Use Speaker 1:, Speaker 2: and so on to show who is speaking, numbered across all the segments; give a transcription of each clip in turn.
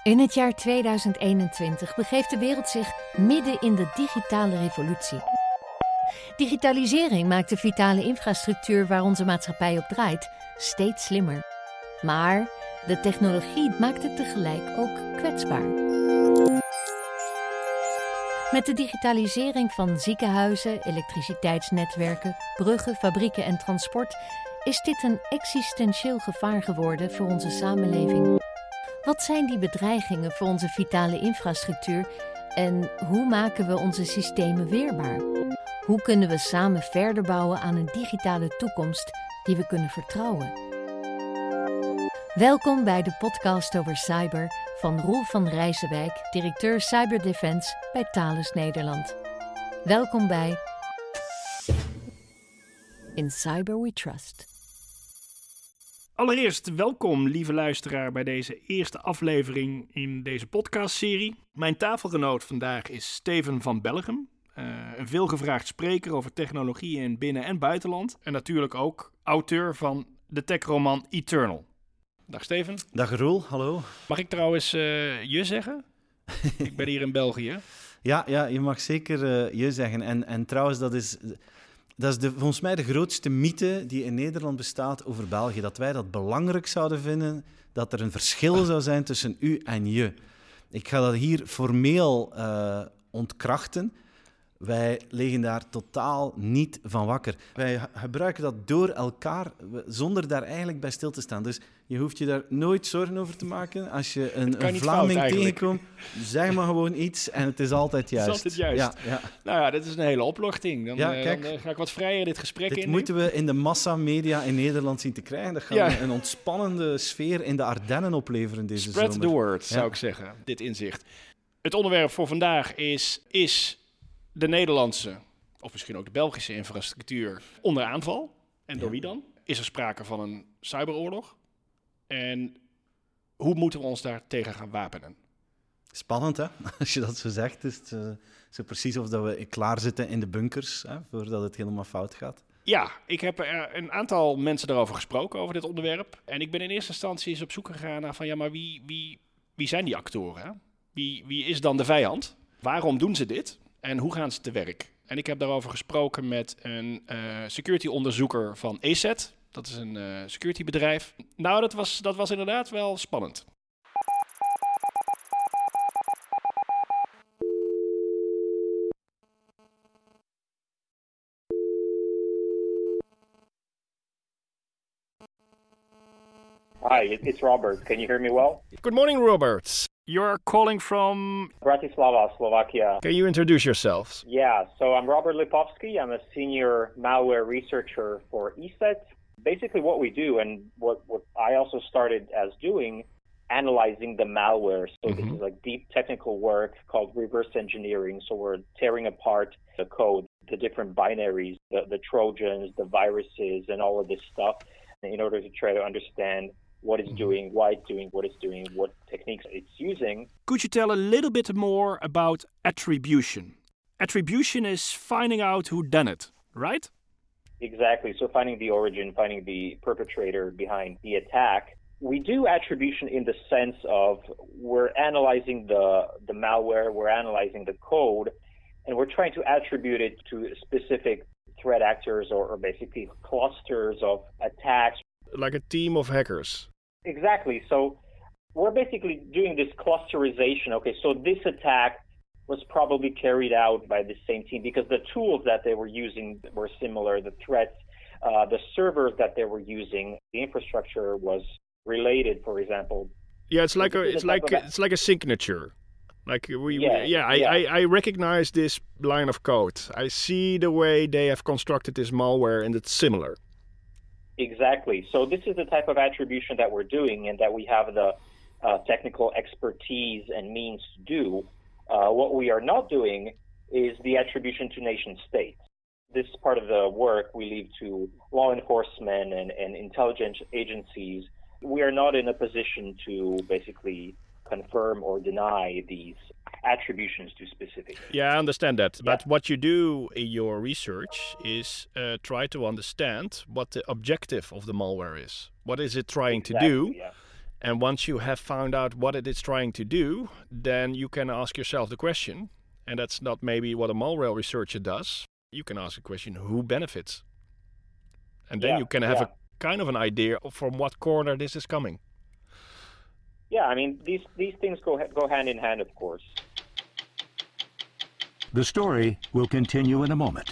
Speaker 1: In het jaar 2021 begeeft de wereld zich midden in de digitale revolutie. Digitalisering maakt de vitale infrastructuur waar onze maatschappij op draait steeds slimmer. Maar de technologie maakt het tegelijk ook kwetsbaar. Met de digitalisering van ziekenhuizen, elektriciteitsnetwerken, bruggen, fabrieken en transport is dit een existentieel gevaar geworden voor onze samenleving. Wat zijn die bedreigingen voor onze vitale infrastructuur en hoe maken we onze systemen weerbaar? Hoe kunnen we samen verder bouwen aan een digitale toekomst die we kunnen vertrouwen? Welkom bij de podcast over cyber van Roel van Rijzenwijk, directeur Cyberdefense bij Thales Nederland. Welkom bij In Cyber We Trust.
Speaker 2: Allereerst welkom, lieve luisteraar, bij deze eerste aflevering in deze podcastserie. Mijn tafelgenoot vandaag is Steven van Bellegem, een veelgevraagd spreker over technologie in binnen- en buitenland. En natuurlijk ook auteur van de techroman Eternal. Dag Steven.
Speaker 3: Dag Roel, hallo.
Speaker 2: Mag ik trouwens je zeggen? Ik ben hier in België.
Speaker 3: Ja, je mag zeker je zeggen. En trouwens, dat is volgens mij de grootste mythe die in Nederland bestaat over België. Dat wij dat belangrijk zouden vinden, dat er een verschil zou zijn tussen u en je. Ik ga dat hier formeel ontkrachten. Wij liggen daar totaal niet van wakker. Wij gebruiken dat door elkaar, zonder daar eigenlijk bij stil te staan. Dus je hoeft je daar nooit zorgen over te maken. Als je een Vlaming tegenkomt, zeg maar gewoon iets en het is altijd juist.
Speaker 2: Het is altijd juist.
Speaker 3: Ja.
Speaker 2: Nou ja, dit is een hele opluchting. Dan ga ik wat vrijer dit gesprek in.
Speaker 3: Dit moeten we in de massamedia in Nederland zien te krijgen. Dat gaat een ontspannende sfeer in de Ardennen opleveren deze zomer.
Speaker 2: Spread the word, zou ik zeggen, dit inzicht. Het onderwerp voor vandaag is de Nederlandse, of misschien ook de Belgische infrastructuur onder aanval. En door wie dan? Is er sprake van een cyberoorlog? En hoe moeten we ons daar tegen gaan wapenen?
Speaker 3: Spannend, hè? Als je dat zo zegt, is het zo precies of dat we klaar zitten in de bunkers, hè, voordat het helemaal fout gaat.
Speaker 2: Ja, ik heb een aantal mensen daarover gesproken, over dit onderwerp. En ik ben in eerste instantie eens op zoek gegaan naar van, ja, maar wie zijn die actoren? Hè? Wie is dan de vijand? Waarom doen ze dit? En hoe gaan ze te werk? En ik heb daarover gesproken met een security-onderzoeker van ESET. Dat is een securitybedrijf. Nou, dat was inderdaad wel spannend.
Speaker 4: Hi, it's Robert. Can you hear me well?
Speaker 2: Good morning, Robert. You're calling from
Speaker 4: Bratislava, Slovakia.
Speaker 2: Can you introduce yourselves?
Speaker 4: Yeah, so I'm Robert Lipovsky. I'm a senior malware researcher for ESET. Basically what we do, and what I also started as doing, analyzing the malware. So This is like deep technical work called reverse engineering. So we're tearing apart the code, the different binaries, the Trojans, the viruses, and all of this stuff in order to try to understand what it's doing, why it's doing what it's doing, what techniques it's using.
Speaker 2: Could you tell a little bit more about attribution? Attribution is finding out who done it, right?
Speaker 4: Exactly. So finding the origin, finding the perpetrator behind the attack. We do attribution in the sense of we're analyzing the malware, we're analyzing the code, and we're trying to attribute it to specific threat actors or basically clusters of attacks.
Speaker 2: Like a team of hackers.
Speaker 4: Exactly. So we're basically doing this clusterization. Okay, so this attack was probably carried out by the same team because the tools that they were using were similar, the threats, the servers that they were using, the infrastructure was related, for example.
Speaker 2: Yeah, it's like a signature. Like I recognize this line of code. I see the way they have constructed this malware and it's similar.
Speaker 4: Exactly. So this is the type of attribution that we're doing and that we have the technical expertise and means to do. What we are not doing is the attribution to nation states. This part of the work we leave to law enforcement and intelligence agencies. We are not in a position to basically confirm or deny these attributions to specific.
Speaker 2: Yeah, I understand that. Yeah. But what you do in your research is try to understand what the objective of the malware is. What is it trying to do?
Speaker 4: Yeah.
Speaker 2: And once you have found out what it is trying to do, then you can ask yourself the question, and that's not maybe what a malware researcher does. You can ask the question, who benefits? And then you can have a kind of an idea from what corner this is coming.
Speaker 4: Yeah, I mean, these things go hand in hand, of course.
Speaker 5: The story will continue in a moment.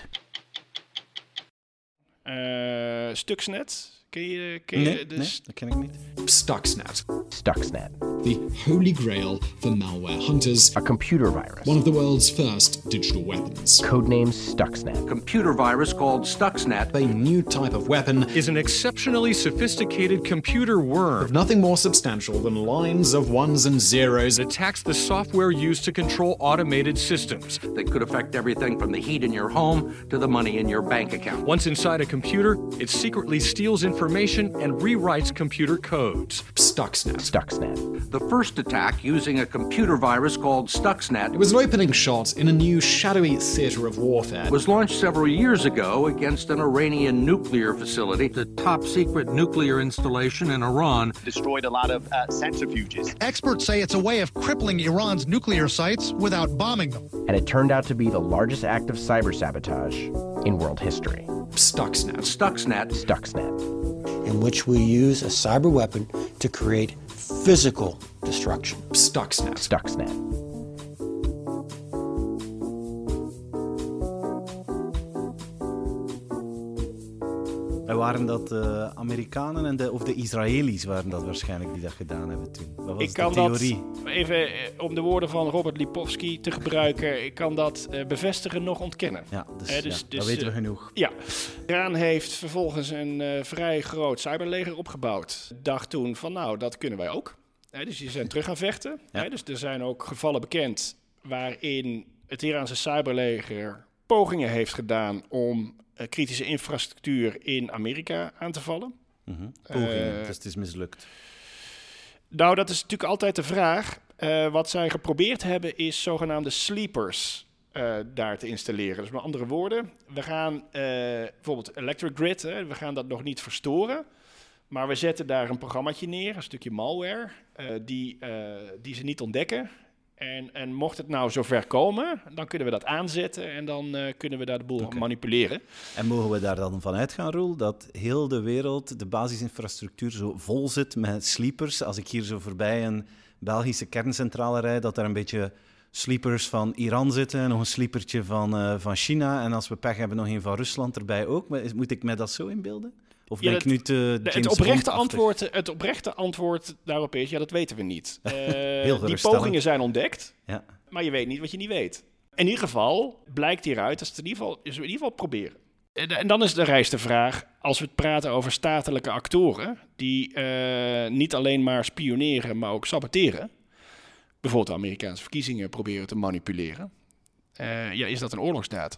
Speaker 2: Stuxnet. Ken je
Speaker 3: Nee, dat ken ik niet.
Speaker 6: Stuxnet.
Speaker 7: Stuxnet.
Speaker 6: The holy grail for malware hunters.
Speaker 7: A computer virus.
Speaker 6: One of the world's first digital weapons.
Speaker 7: Codename Stuxnet.
Speaker 5: Computer virus called Stuxnet.
Speaker 6: A new type of weapon
Speaker 8: is an exceptionally sophisticated computer worm.
Speaker 6: of nothing more substantial than lines of ones and zeros.
Speaker 8: It attacks the software used to control automated systems.
Speaker 5: That could affect everything from the heat in your home to the money in your bank account.
Speaker 8: Once inside a computer, it secretly steals information and rewrites computer codes.
Speaker 6: Stuxnet.
Speaker 7: Stuxnet.
Speaker 5: The first attack using a computer virus called Stuxnet
Speaker 6: It was an opening shot in a new shadowy theater of warfare.
Speaker 5: was launched several years ago against an Iranian nuclear facility. The top secret nuclear installation in Iran
Speaker 9: destroyed a lot of centrifuges.
Speaker 10: Experts say it's a way of crippling Iran's nuclear sites without bombing them.
Speaker 7: And it turned out to be the largest act of cyber sabotage in world history.
Speaker 6: Stuxnet.
Speaker 5: Stuxnet
Speaker 7: Stuxnet.
Speaker 11: in which we use a cyber weapon to create physical destruction.
Speaker 6: Stuxnet.
Speaker 7: Stuxnet.
Speaker 3: En waren dat de Amerikanen of de Israëli's waren dat waarschijnlijk die dat gedaan hebben toen? Wat was
Speaker 2: Ik kan
Speaker 3: de theorie?
Speaker 2: dat, even om de woorden van Robert Lipowski te gebruiken, ik kan dat bevestigen nog ontkennen.
Speaker 3: Ja, dus dat weten we genoeg.
Speaker 2: Ja, Iran heeft vervolgens een vrij groot cyberleger opgebouwd. Dacht toen van nou, dat kunnen wij ook. Dus die zijn terug gaan vechten.
Speaker 3: Ja.
Speaker 2: Dus er zijn ook gevallen bekend waarin het Iraanse cyberleger pogingen heeft gedaan om kritische infrastructuur in Amerika aan te vallen.
Speaker 3: Pogingen, dus het is mislukt.
Speaker 2: Nou, dat is natuurlijk altijd de vraag. Wat zij geprobeerd hebben is zogenaamde sleepers daar te installeren. Dus met andere woorden, we gaan bijvoorbeeld Electric Grid, we gaan dat nog niet verstoren. Maar we zetten daar een programmaatje neer, een stukje malware, die ze niet ontdekken. En mocht het nou zover komen, dan kunnen we dat aanzetten en dan kunnen we daar de boel manipuleren.
Speaker 3: En mogen we daar dan van uitgaan, Roel, dat heel de wereld, de basisinfrastructuur zo vol zit met sleepers? Als ik hier zo voorbij een Belgische kerncentrale rijd, dat daar een beetje sleepers van Iran zitten, nog een sleepertje van China en als we pech hebben nog een van Rusland erbij ook. Moet ik mij dat zo inbeelden? Of ben ik nu te
Speaker 2: het oprechte antwoord daarop is, ja, dat weten we niet. Die pogingen zijn ontdekt, maar je weet niet wat je niet weet. In ieder geval blijkt hieruit dat ze het in ieder geval proberen. En dan is de rijst vraag, als we het praten over statelijke actoren, die niet alleen maar spioneren, maar ook saboteren. Bijvoorbeeld de Amerikaanse verkiezingen proberen te manipuleren. Is dat een oorlogsdaad?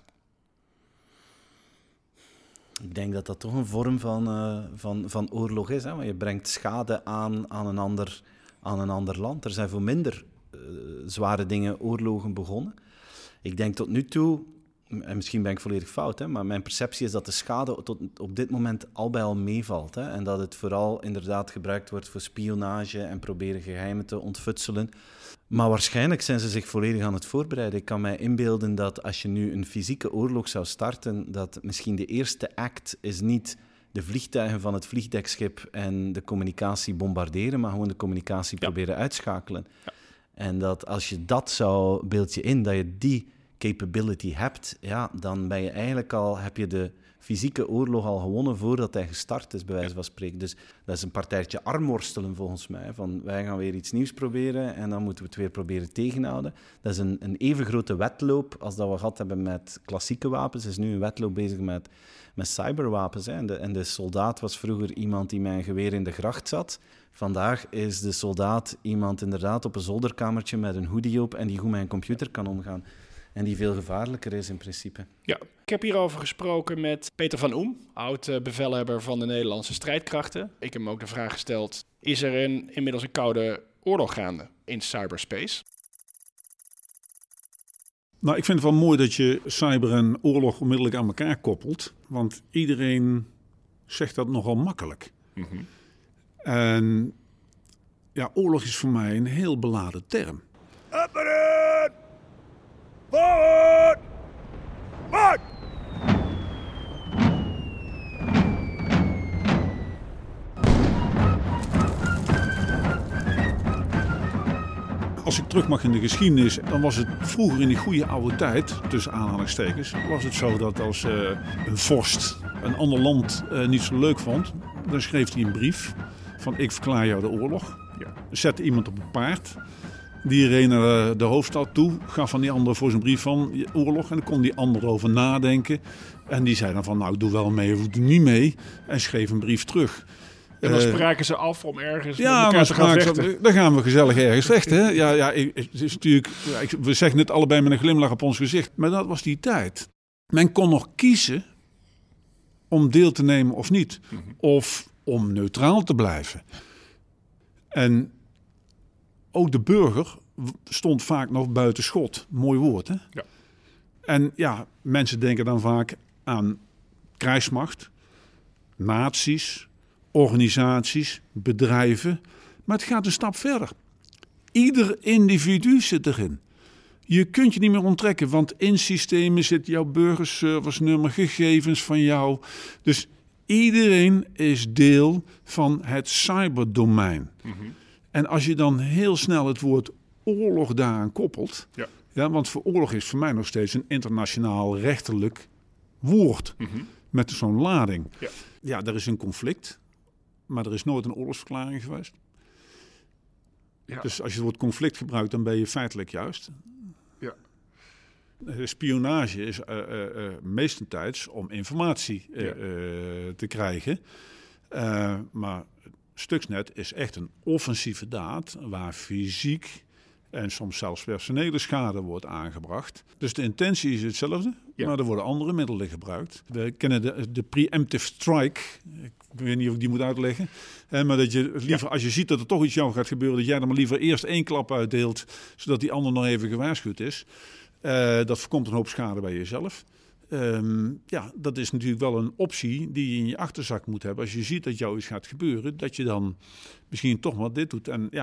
Speaker 3: Ik denk dat dat toch een vorm van oorlog is. Hè? Want je brengt schade aan een ander land. Er zijn voor minder zware dingen oorlogen begonnen. Ik denk tot nu toe, en misschien ben ik volledig fout, hè, maar mijn perceptie is dat de schade tot op dit moment al bij al meevalt. Hè? En dat het vooral inderdaad gebruikt wordt voor spionage en proberen geheimen te ontfutselen. Maar waarschijnlijk zijn ze zich volledig aan het voorbereiden. Ik kan mij inbeelden dat als je nu een fysieke oorlog zou starten, dat misschien de eerste act is niet de vliegtuigen van het vliegdekschip en de communicatie bombarderen, maar gewoon de communicatie proberen uitschakelen. Ja. En dat als je dat zou, beeld je in, dat je die capability hebt, ja, dan ben je eigenlijk heb je de fysieke oorlog al gewonnen voordat hij gestart is, bij wijze van spreken. Dus dat is een partijtje armworstelen volgens mij. Van wij gaan weer iets nieuws proberen en dan moeten we het weer proberen tegenhouden. Dat is een even grote wedloop als dat we gehad hebben met klassieke wapens. Er is nu een wedloop bezig met cyberwapens. Hè. En de soldaat was vroeger iemand die met een geweer in de gracht zat. Vandaag is de soldaat iemand inderdaad op een zolderkamertje met een hoodie op en die goed met een computer kan omgaan. En die veel gevaarlijker is in principe.
Speaker 2: Ja, ik heb hierover gesproken met Peter van Oem, oud-bevelhebber van de Nederlandse strijdkrachten. Ik heb hem ook de vraag gesteld, is er inmiddels een koude oorlog gaande in cyberspace?
Speaker 12: Nou, ik vind het wel mooi dat je cyber en oorlog onmiddellijk aan elkaar koppelt. Want iedereen zegt dat nogal makkelijk. Mm-hmm. En Ja, oorlog is voor mij een heel beladen term.
Speaker 13: Up forward! March!
Speaker 12: Als ik terug mag in de geschiedenis, dan was het vroeger in die goede oude tijd, tussen aanhalingstekens, was het zo dat als een vorst een ander land niet zo leuk vond, dan schreef hij een brief van ik verklaar jou de oorlog. Ja. Zette iemand op een paard, die reed naar de hoofdstad toe, gaf aan die ander voor zijn brief van oorlog en dan kon die ander over nadenken. En die zei dan van nou doe wel mee of doe niet mee en schreef een brief terug.
Speaker 2: En dan spraken ze af om ergens met elkaar te gaan vechten.
Speaker 12: Dan gaan we gezellig ergens vechten. Hè? Het is natuurlijk, we zeggen het allebei met een glimlach op ons gezicht. Maar dat was die tijd. Men kon nog kiezen om deel te nemen of niet. Mm-hmm. Of om neutraal te blijven. En ook de burger stond vaak nog buiten schot. Mooi woord, hè? Ja. En ja, mensen denken dan vaak aan krijgsmacht, nazi's, organisaties, bedrijven. Maar het gaat een stap verder. Ieder individu zit erin. Je kunt je niet meer onttrekken, want in systemen zit jouw burgerservice nummer, gegevens van jou. Dus iedereen is deel van het cyberdomein. Mm-hmm. En als je dan heel snel het woord oorlog daaraan koppelt. Ja, want voor oorlog is voor mij nog steeds een internationaal rechterlijk woord. Mm-hmm. Met zo'n lading. Ja, er is een conflict. Maar er is nooit een oorlogsverklaring geweest. Ja. Dus als je het woord conflict gebruikt, dan ben je feitelijk juist. Ja. Spionage is meestentijds om informatie te krijgen. Maar Stuxnet is echt een offensieve daad waar fysiek en soms zelfs personele schade wordt aangebracht. Dus de intentie is hetzelfde, maar er worden andere middelen gebruikt. We kennen de preemptive strike. Ik weet niet of ik die moet uitleggen. Maar dat je liever, als je ziet dat er toch iets jou gaat gebeuren, dat jij er maar liever eerst 1 klap uitdeelt, zodat die ander nog even gewaarschuwd is. Dat voorkomt een hoop schade bij jezelf. Dat is natuurlijk wel een optie die je in je achterzak moet hebben. Als je ziet dat jou iets gaat gebeuren, dat je dan misschien toch maar dit doet. En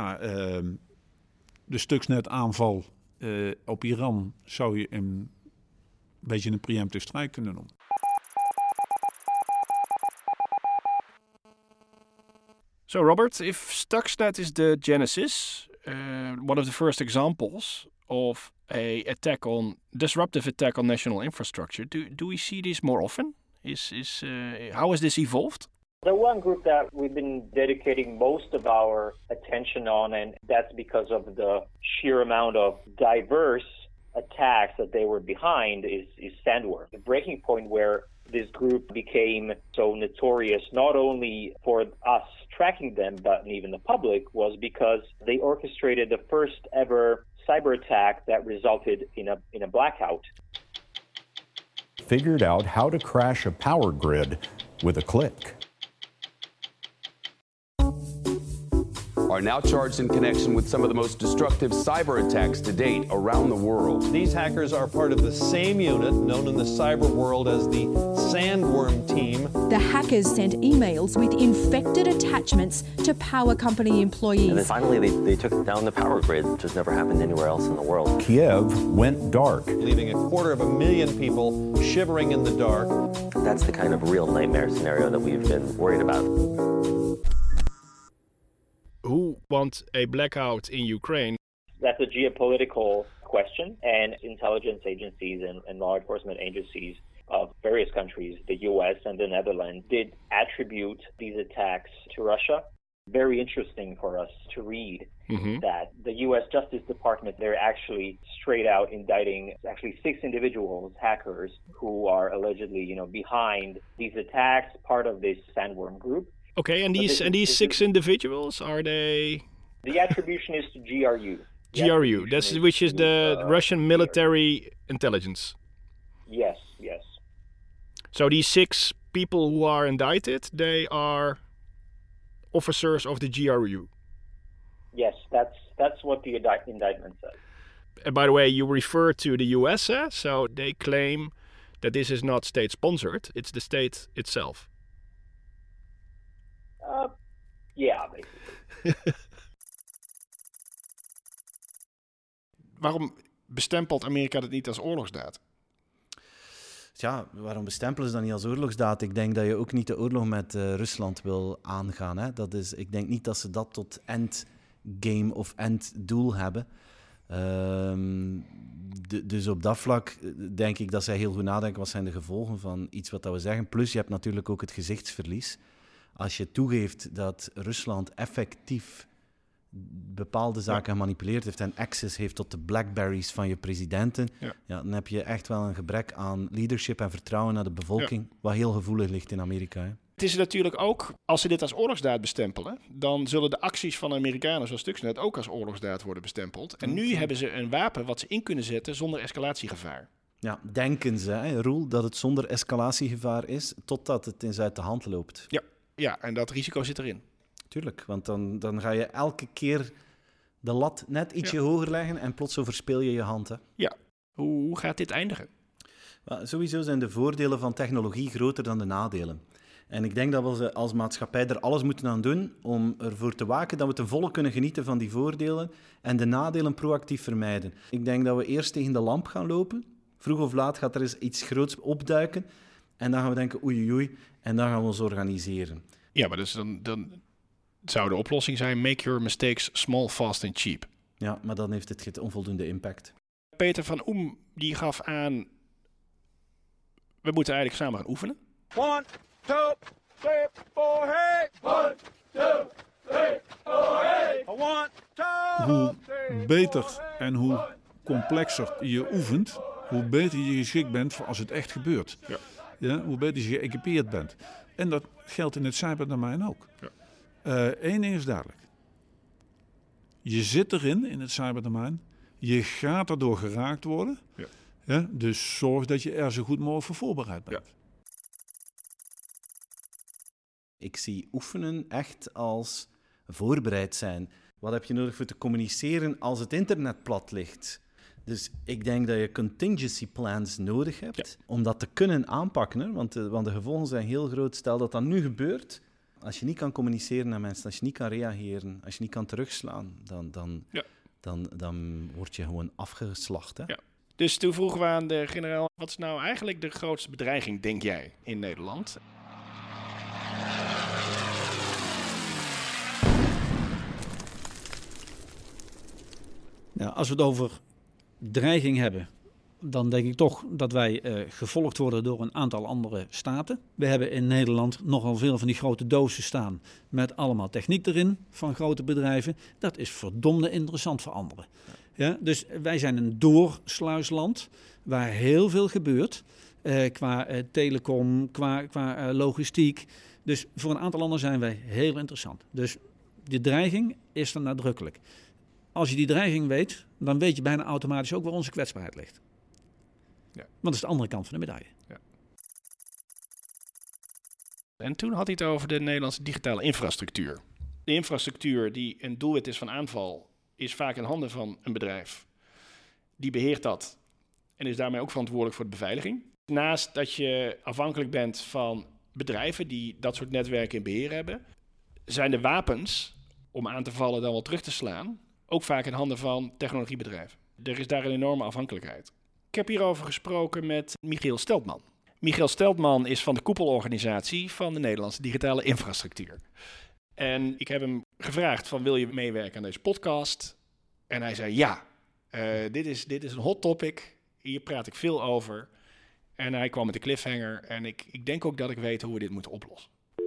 Speaker 12: de Stuxnet-aanval op Iran zou je een beetje een preemptive strike kunnen noemen.
Speaker 2: So, Robert, if Stuxnet is the genesis, one of the first examples of a disruptive attack on national infrastructure, do we see this more often? How has this evolved?
Speaker 4: The one group that we've been dedicating most of our attention on, and that's because of the sheer amount of diverse attacks that they were behind, is Sandworm. The breaking point where this group became so notorious, not only for us tracking them, but even the public, was because they orchestrated the first ever cyber attack that resulted in a blackout.
Speaker 14: Figured out how to crash a power grid with a click.
Speaker 15: Are now charged in connection with some of the most destructive cyber attacks to date around the world.
Speaker 16: These hackers are part of the same unit known in the cyber world as the Sandworm team.
Speaker 17: The hackers sent emails with infected attachments to power company employees.
Speaker 18: And then finally they took down the power grid, which has never happened anywhere else in the world.
Speaker 14: Kiev went dark,
Speaker 16: leaving 250,000 people shivering in the dark.
Speaker 18: That's the kind of real nightmare scenario that we've been worried about.
Speaker 2: Who wants a blackout in Ukraine?
Speaker 4: That's a geopolitical question, and intelligence agencies and law enforcement agencies of various countries, the US and the Netherlands, did attribute these attacks to Russia. Very interesting for us to read that the US Justice Department, they're actually straight out indicting actually 6 individuals, hackers, who are allegedly, behind these attacks, part of this Sandworm group.
Speaker 2: Okay, and these 6 individuals, are they?
Speaker 4: The attribution is to GRU.
Speaker 2: GRU, which is the Russian military intelligence.
Speaker 4: Yes.
Speaker 2: So these 6 people who are indicted, they are officers of the GRU.
Speaker 4: Yes, that's what the indictment says.
Speaker 2: And by the way, you refer to the US, so they claim that this is not state-sponsored; it's the state itself.
Speaker 4: Yeah, basically.
Speaker 2: Waarom bestempelt Amerika dat niet als oorlogsdaad?
Speaker 3: Ja, waarom bestempelen ze dat niet als oorlogsdaad? Ik denk dat je ook niet de oorlog met Rusland wil aangaan. Hè? Ik denk niet dat ze dat tot endgame of enddoel hebben. Dus op dat vlak denk ik dat zij heel goed nadenken wat zijn de gevolgen van iets wat we zeggen. Plus je hebt natuurlijk ook het gezichtsverlies. Als je toegeeft dat Rusland effectief bepaalde zaken gemanipuleerd heeft en access heeft tot de Blackberries van je presidenten, dan heb je echt wel een gebrek aan leadership en vertrouwen naar de bevolking, wat heel gevoelig ligt in Amerika. Hè.
Speaker 2: Het is natuurlijk ook, als ze dit als oorlogsdaad bestempelen, dan zullen de acties van de Amerikanen zoals Stuxnet ook als oorlogsdaad worden bestempeld. En nu hebben ze een wapen wat ze in kunnen zetten zonder escalatiegevaar.
Speaker 3: Ja, denken ze, hè, Roel, dat het zonder escalatiegevaar is, totdat het eens uit de hand loopt.
Speaker 2: Ja, en dat risico zit erin.
Speaker 3: Tuurlijk, want dan ga je elke keer de lat net ietsje hoger leggen en plots overspeel je je hand. Hè.
Speaker 2: Ja, hoe gaat dit eindigen?
Speaker 3: Well, sowieso zijn de voordelen van technologie groter dan de nadelen. En ik denk dat we als maatschappij er alles moeten aan doen om ervoor te waken dat we ten volle kunnen genieten van die voordelen en de nadelen proactief vermijden. Ik denk dat we eerst tegen de lamp gaan lopen. Vroeg of laat gaat er eens iets groots opduiken en dan gaan we denken oei, en dan gaan we ons organiseren.
Speaker 2: Ja, maar dus dan zou de oplossing zijn make your mistakes small, fast and cheap.
Speaker 3: Ja, maar dan heeft het onvoldoende impact.
Speaker 2: Peter van Oem die gaf aan, we moeten eigenlijk samen gaan oefenen.
Speaker 13: 1, 2, 3, 4, hey! 1, 2, 3, 4, hey! 1, 2,
Speaker 12: Hoe beter en hoe complexer je oefent, hoe beter je geschikt bent voor als het echt gebeurt. Ja, hoe beter je geëquipeerd bent. En dat geldt in het cyberdomein ook. Eén ding is duidelijk. Je zit erin, in het cyberdomein. Je gaat erdoor geraakt worden. Ja, dus zorg dat je er zo goed mogelijk voor voorbereid bent.
Speaker 3: Ik zie oefenen echt als voorbereid zijn. Wat heb je nodig voor te communiceren als het internet plat ligt? Dus ik denk dat je contingency plans nodig hebt om dat te kunnen aanpakken. Hè? Want de gevolgen zijn heel groot. Stel dat dat nu gebeurt. Als je niet kan communiceren naar mensen, als je niet kan reageren, als je niet kan terugslaan, dan word je gewoon afgeslacht. Hè?
Speaker 2: Ja. Dus toen vroegen we aan de generaal, wat is nou eigenlijk de grootste bedreiging, denk jij, in Nederland?
Speaker 19: Nou, als we het over dreiging hebben, dan denk ik toch dat wij gevolgd worden door een aantal andere staten. We hebben in Nederland nogal veel van die grote dozen staan met allemaal techniek erin van grote bedrijven. Dat is verdomde interessant voor anderen. Ja, dus wij zijn een doorsluisland waar heel veel gebeurt qua telecom, qua logistiek. Dus voor een aantal landen zijn wij heel interessant. Dus de dreiging is er nadrukkelijk. Als je die dreiging weet, dan weet je bijna automatisch ook waar onze kwetsbaarheid ligt. Want dat is de andere kant van de medaille.
Speaker 2: Ja. En toen had hij het over de Nederlandse digitale infrastructuur. De infrastructuur die een doelwit is van aanval, is vaak in handen van een bedrijf. Die beheert dat en is daarmee ook verantwoordelijk voor de beveiliging. Naast dat je afhankelijk bent van bedrijven die dat soort netwerken in beheer hebben, zijn de wapens om aan te vallen dan wel terug te slaan ook vaak in handen van technologiebedrijven. Er is daar een enorme afhankelijkheid. Ik heb hierover gesproken met Michiel Steltman. Michiel Steltman is van de koepelorganisatie van de Nederlandse digitale infrastructuur. En ik heb hem gevraagd van, wil je meewerken aan deze podcast? En hij zei ja, dit is een hot topic. Hier praat ik veel over. En hij kwam met de cliffhanger. En ik denk ook dat ik weet hoe we dit moeten oplossen.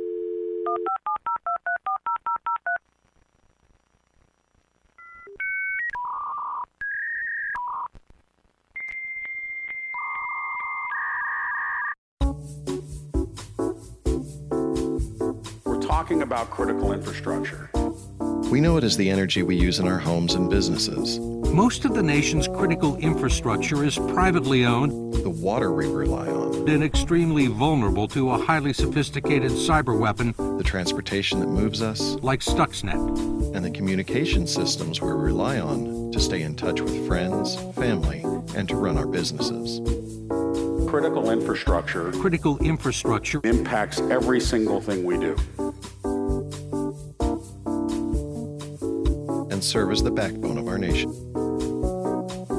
Speaker 20: Talking about critical infrastructure.
Speaker 21: We know it as the energy we use in our homes and businesses.
Speaker 5: Most of the nation's critical infrastructure is privately owned.
Speaker 21: The water we rely on.
Speaker 5: And extremely vulnerable to a highly sophisticated cyber weapon.
Speaker 21: The transportation that moves us.
Speaker 5: Like Stuxnet.
Speaker 21: And the communication systems we rely on to stay in touch with friends, family, and to run our businesses.
Speaker 20: Critical infrastructure.
Speaker 5: Critical infrastructure
Speaker 20: impacts every single thing we do.
Speaker 21: And serve as the backbone of our nation.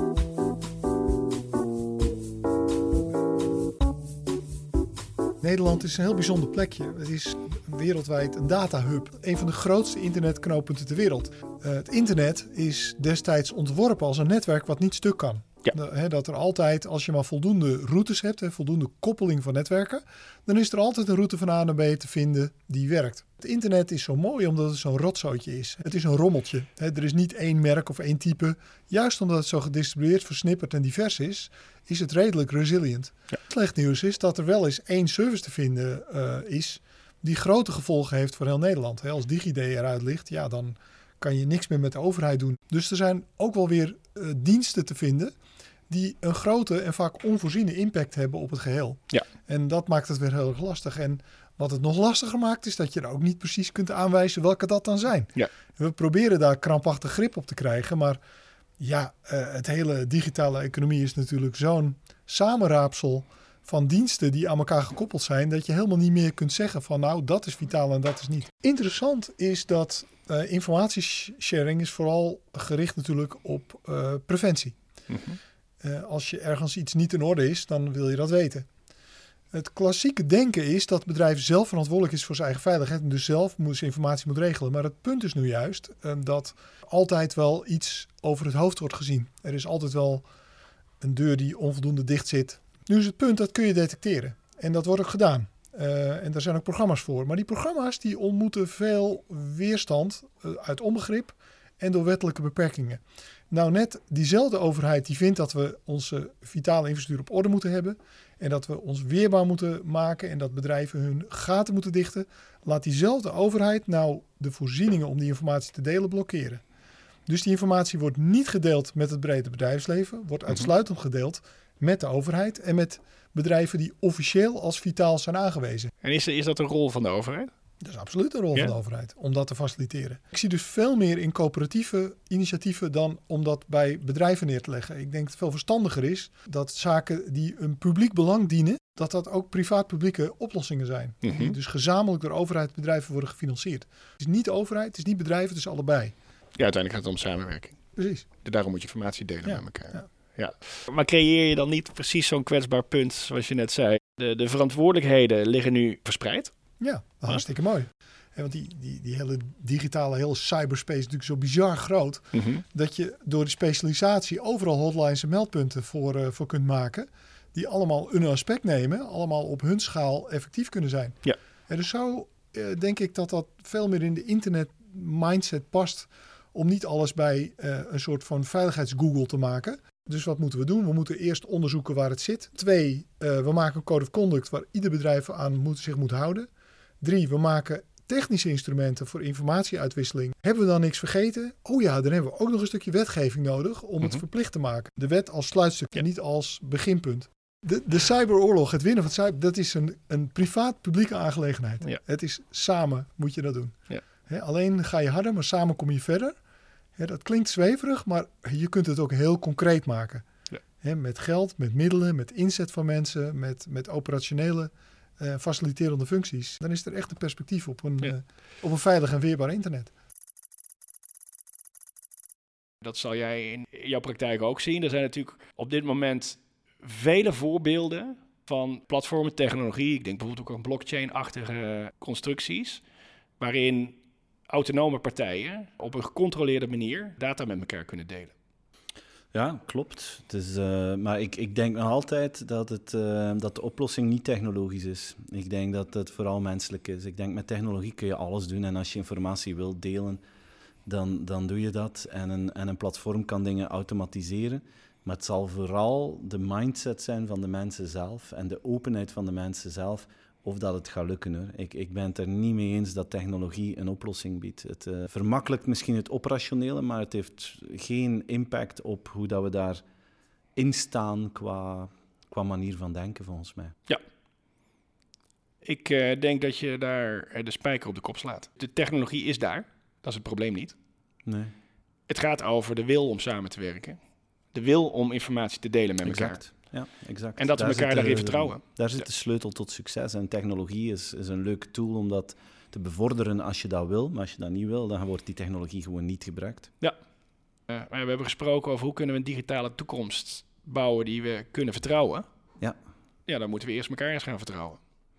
Speaker 1: Nederland is een heel bijzonder plekje. Het is wereldwijd een datahub. Een van de grootste internetknooppunten ter wereld. Het internet is destijds ontworpen als een netwerk wat niet stuk kan. Ja. Dat er altijd, als je maar voldoende routes hebt, voldoende koppeling van netwerken, dan is er altijd een route van A naar B te vinden die werkt. Het internet is zo mooi omdat het zo'n rotzootje is. Het is een rommeltje. Er is niet één merk of één type. Juist omdat het zo gedistribueerd, versnipperd en divers is het redelijk resilient. Ja. Slecht nieuws is dat er wel eens één service te vinden is die grote gevolgen heeft voor heel Nederland. Als DigiD eruit ligt, ja, dan kan je niks meer met de overheid doen. Dus er zijn ook wel weer diensten te vinden die een grote en vaak onvoorziene impact hebben op het geheel. Ja. En dat maakt het weer heel erg lastig. En wat het nog lastiger maakt, is dat je er ook niet precies kunt aanwijzen welke dat dan zijn. Ja. We proberen daar krampachtig grip op te krijgen, maar ja, het hele digitale economie is natuurlijk zo'n samenraapsel van diensten die aan elkaar gekoppeld zijn, dat je helemaal niet meer kunt zeggen van nou, dat is vitaal en dat is niet. Interessant is dat informatiesharing is vooral gericht natuurlijk op preventie. Mm-hmm. Als je ergens iets niet in orde is, dan wil je dat weten. Het klassieke denken is dat het bedrijf zelf verantwoordelijk is voor zijn eigen veiligheid en dus zelf zijn informatie moet regelen. Maar het punt is nu juist dat altijd wel iets over het hoofd wordt gezien. Er is altijd wel een deur die onvoldoende dicht zit. Nu is het punt, dat kun je detecteren. En dat wordt ook gedaan. En daar zijn ook programma's voor. Maar die programma's die ontmoeten veel weerstand uit onbegrip en door wettelijke beperkingen. Nou, net diezelfde overheid die vindt dat we onze vitale infrastructuur op orde moeten hebben en dat we ons weerbaar moeten maken en dat bedrijven hun gaten moeten dichten, laat diezelfde overheid nou de voorzieningen om die informatie te delen blokkeren. Dus die informatie wordt niet gedeeld met het brede bedrijfsleven, wordt uitsluitend gedeeld met de overheid en met bedrijven die officieel als vitaal zijn aangewezen.
Speaker 2: En is dat een rol van de overheid?
Speaker 1: Dat is absoluut een rol van de overheid, om dat te faciliteren. Ik zie dus veel meer in coöperatieve initiatieven dan om dat bij bedrijven neer te leggen. Ik denk dat het veel verstandiger is dat zaken die een publiek belang dienen, dat ook privaat-publieke oplossingen zijn. Mm-hmm. Die dus gezamenlijk door overheid en bedrijven worden gefinancierd. Het is niet de overheid, het is niet bedrijven, het is allebei.
Speaker 2: Ja, uiteindelijk gaat het om samenwerking.
Speaker 1: Precies.
Speaker 2: Daarom moet je informatie delen met elkaar. Ja. Ja. Maar creëer je dan niet precies zo'n kwetsbaar punt, zoals je net zei? De verantwoordelijkheden liggen nu verspreid.
Speaker 1: Ja, hartstikke mooi. Want die hele digitale, hele cyberspace is natuurlijk zo bizar groot, dat je door de specialisatie overal hotlines en meldpunten voor kunt maken, die allemaal een aspect nemen, allemaal op hun schaal effectief kunnen zijn. Ja. En dus zo denk ik dat veel meer in de internet mindset past om niet alles bij een soort van veiligheidsgoogle te maken. Dus wat moeten we doen? We moeten eerst onderzoeken waar het zit. 2, we maken een code of conduct waar ieder bedrijf aan zich moet houden. 3, we maken technische instrumenten voor informatieuitwisseling. Hebben we dan niks vergeten? Oh ja, dan hebben we ook nog een stukje wetgeving nodig om het verplicht te maken. De wet als sluitstuk en niet als beginpunt. De cyberoorlog, het winnen van cyber, dat is een privaat-publieke aangelegenheid. Ja. Het is samen moet je dat doen. Ja. Alleen ga je harder, maar samen kom je verder. Dat klinkt zweverig, maar je kunt het ook heel concreet maken. Ja. Met geld, met middelen, met inzet van mensen, met operationele faciliterende functies. Dan is er echt een perspectief op een veilig en weerbaar internet.
Speaker 2: Dat zal jij in jouw praktijk ook zien. Er zijn natuurlijk op dit moment vele voorbeelden van platformtechnologie. Ik denk bijvoorbeeld ook aan blockchain-achtige constructies, waarin autonome partijen op een gecontroleerde manier data met elkaar kunnen delen.
Speaker 3: Ja, klopt. Het is, maar ik denk nog altijd dat de oplossing niet technologisch is. Ik denk dat het vooral menselijk is. Ik denk met technologie kun je alles doen en als je informatie wilt delen, dan doe je dat. En een platform kan dingen automatiseren. Maar het zal vooral de mindset zijn van de mensen zelf en de openheid van de mensen zelf of dat het gaat lukken. Hoor. Ik ben het er niet mee eens dat technologie een oplossing biedt. Het vermakkelijkt misschien het operationele, maar het heeft geen impact op hoe dat we daarin staan qua manier van denken, volgens mij.
Speaker 2: Ja. Ik denk dat je daar de spijker op de kop slaat. De technologie is daar. Dat is het probleem niet.
Speaker 3: Nee.
Speaker 2: Het gaat over de wil om samen te werken. De wil om informatie te delen met elkaar.
Speaker 3: Ja, exact.
Speaker 2: En dat we elkaar daarin vertrouwen.
Speaker 3: Daar zit de sleutel tot succes. En technologie is een leuke tool om dat te bevorderen als je dat wil. Maar als je dat niet wil, dan wordt die technologie gewoon niet gebruikt.
Speaker 2: Ja. We hebben gesproken over hoe kunnen we een digitale toekomst bouwen die we kunnen vertrouwen.
Speaker 3: Ja.
Speaker 2: Ja, dan moeten we eerst elkaar eens gaan vertrouwen.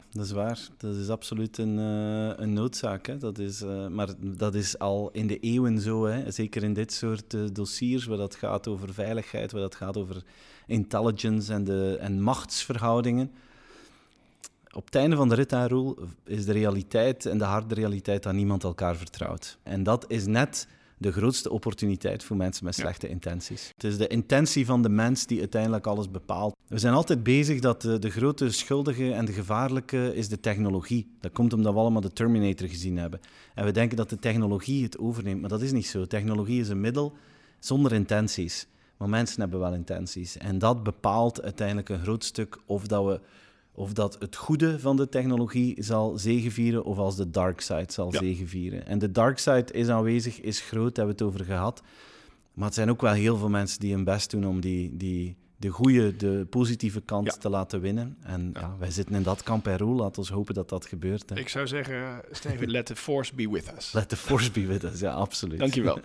Speaker 3: dat is waar. Dat is absoluut een noodzaak. Hè. Maar dat is al in de eeuwen zo. Hè. Zeker in dit soort dossiers, waar dat gaat over veiligheid, waar dat gaat over intelligence en machtsverhoudingen. Op het einde van de rit, Roel, is de realiteit en de harde realiteit dat niemand elkaar vertrouwt. En dat is net de grootste opportuniteit voor mensen met slechte intenties. Het is de intentie van de mens die uiteindelijk alles bepaalt. We zijn altijd bezig dat de grote schuldige en de gevaarlijke is de technologie. Dat komt omdat we allemaal de Terminator gezien hebben. En we denken dat de technologie het overneemt, maar dat is niet zo. Technologie is een middel zonder intenties. Maar mensen hebben wel intenties. En dat bepaalt uiteindelijk een groot stuk of dat het goede van de technologie zal zegevieren of als de dark side zal zegevieren. En de dark side is aanwezig, is groot, daar hebben we het over gehad. Maar het zijn ook wel heel veel mensen die hun best doen om de goede, de positieve kant te laten winnen. En wij zitten in dat kamp, Roel. Laten we hopen dat dat gebeurt. Hè.
Speaker 2: Ik zou zeggen, Steven, let the force be with us.
Speaker 3: Let the force be with us, ja, absoluut.
Speaker 2: Dankjewel.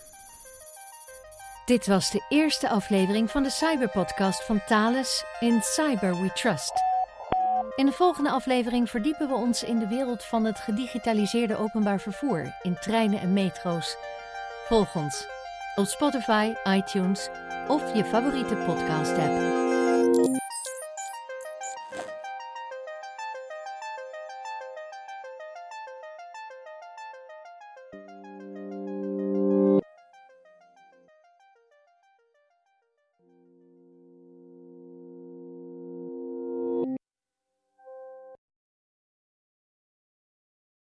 Speaker 8: Dit was de eerste aflevering van de Cyberpodcast van Thales in Cyber We Trust. In de volgende aflevering verdiepen we ons in de wereld van het gedigitaliseerde openbaar vervoer in treinen en metro's. Volg ons op Spotify, iTunes of je favoriete podcast-app.